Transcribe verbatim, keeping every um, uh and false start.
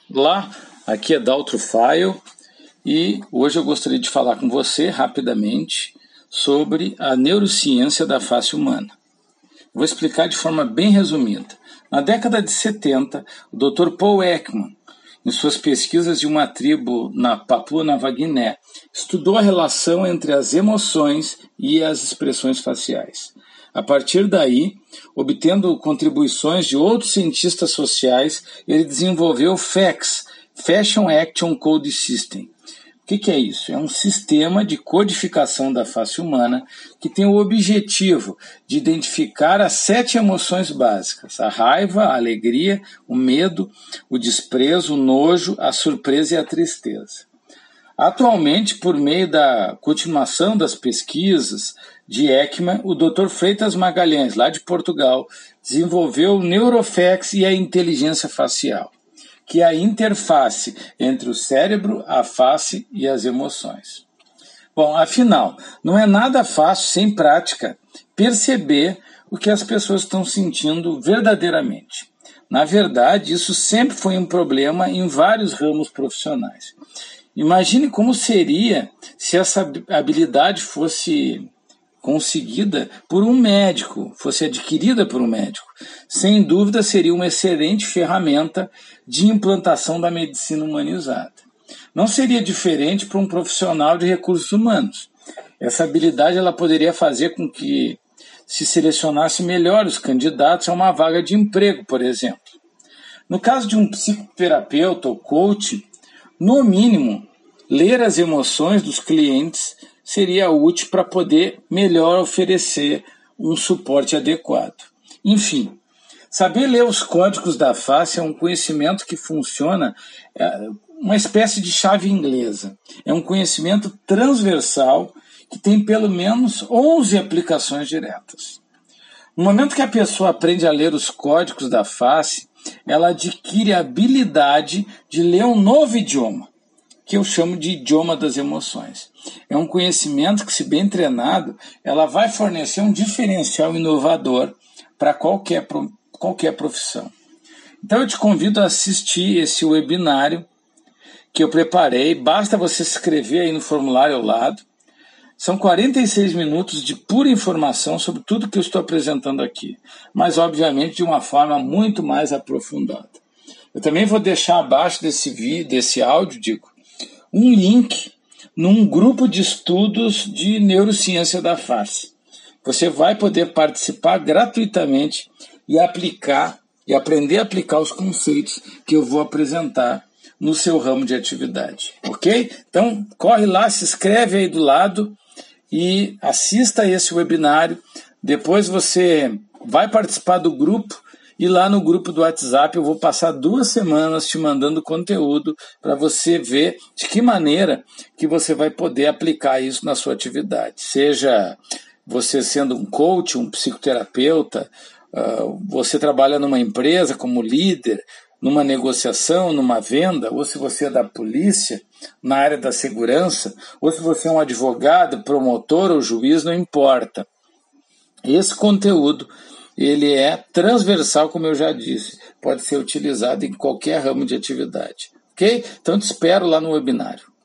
Olá, aqui é Daltro File e hoje eu gostaria de falar com você rapidamente sobre a neurociência da face humana. Vou explicar de forma bem resumida. Na década de setenta, o doutor Paul Ekman, em suas pesquisas de uma tribo na Papua Nova Guiné, estudou a relação entre as emoções e as expressões faciais. A partir daí, obtendo contribuições de outros cientistas sociais, ele desenvolveu o F A C S, Facial Action Code System. O que, que é isso? É um sistema de codificação da face humana que tem o objetivo de identificar as sete emoções básicas: a raiva, a alegria, o medo, o desprezo, o nojo, a surpresa e a tristeza. Atualmente, por meio da continuação das pesquisas de Ekman, o doutor Freitas Magalhães, lá de Portugal, desenvolveu o Neurofax e a inteligência facial, que é a interface entre o cérebro, a face e as emoções. Bom, afinal, não é nada fácil, sem prática, perceber o que as pessoas estão sentindo verdadeiramente. Na verdade, isso sempre foi um problema em vários ramos profissionais. Imagine como seria se essa habilidade fosse conseguida por um médico, fosse adquirida por um médico. Sem dúvida, seria uma excelente ferramenta de implantação da medicina humanizada. Não seria diferente para um profissional de recursos humanos. Essa habilidade ela poderia fazer com que se selecionasse melhor os candidatos a uma vaga de emprego, por exemplo. No caso de um psicoterapeuta ou coach, no mínimo, ler as emoções dos clientes seria útil para poder melhor oferecer um suporte adequado. Enfim, saber ler os códigos da face é um conhecimento que funciona, é uma espécie de chave inglesa. É um conhecimento transversal que tem pelo menos onze aplicações diretas. No momento que a pessoa aprende a ler os códigos da face, ela adquire a habilidade de ler um novo idioma, que eu chamo de idioma das emoções. É um conhecimento que, se bem treinado, ela vai fornecer um diferencial inovador para qualquer, qualquer profissão. Então eu te convido a assistir esse webinário que eu preparei. Basta você se inscrever aí no formulário ao lado. São quarenta e seis minutos de pura informação sobre tudo que eu estou apresentando aqui, mas obviamente de uma forma muito mais aprofundada. Eu também vou deixar abaixo desse vídeo, desse áudio, digo, um link num grupo de estudos de neurociência da face. Você vai poder participar gratuitamente e aplicar e aprender a aplicar os conceitos que eu vou apresentar no seu ramo de atividade, ok? Então, corre lá, se inscreve aí do lado e assista a esse webinário. Depois você vai participar do grupo. E lá no grupo do WhatsApp eu vou passar duas semanas te mandando conteúdo para você ver de que maneira que você vai poder aplicar isso na sua atividade. Seja você sendo um coach, um psicoterapeuta, uh, você trabalha numa empresa como líder, numa negociação, numa venda, ou se você é da polícia, na área da segurança, ou se você é um advogado, promotor ou juiz, não importa. Esse conteúdo ele é transversal, como eu já disse, pode ser utilizado em qualquer ramo de atividade. Ok? Então te espero lá no webinário.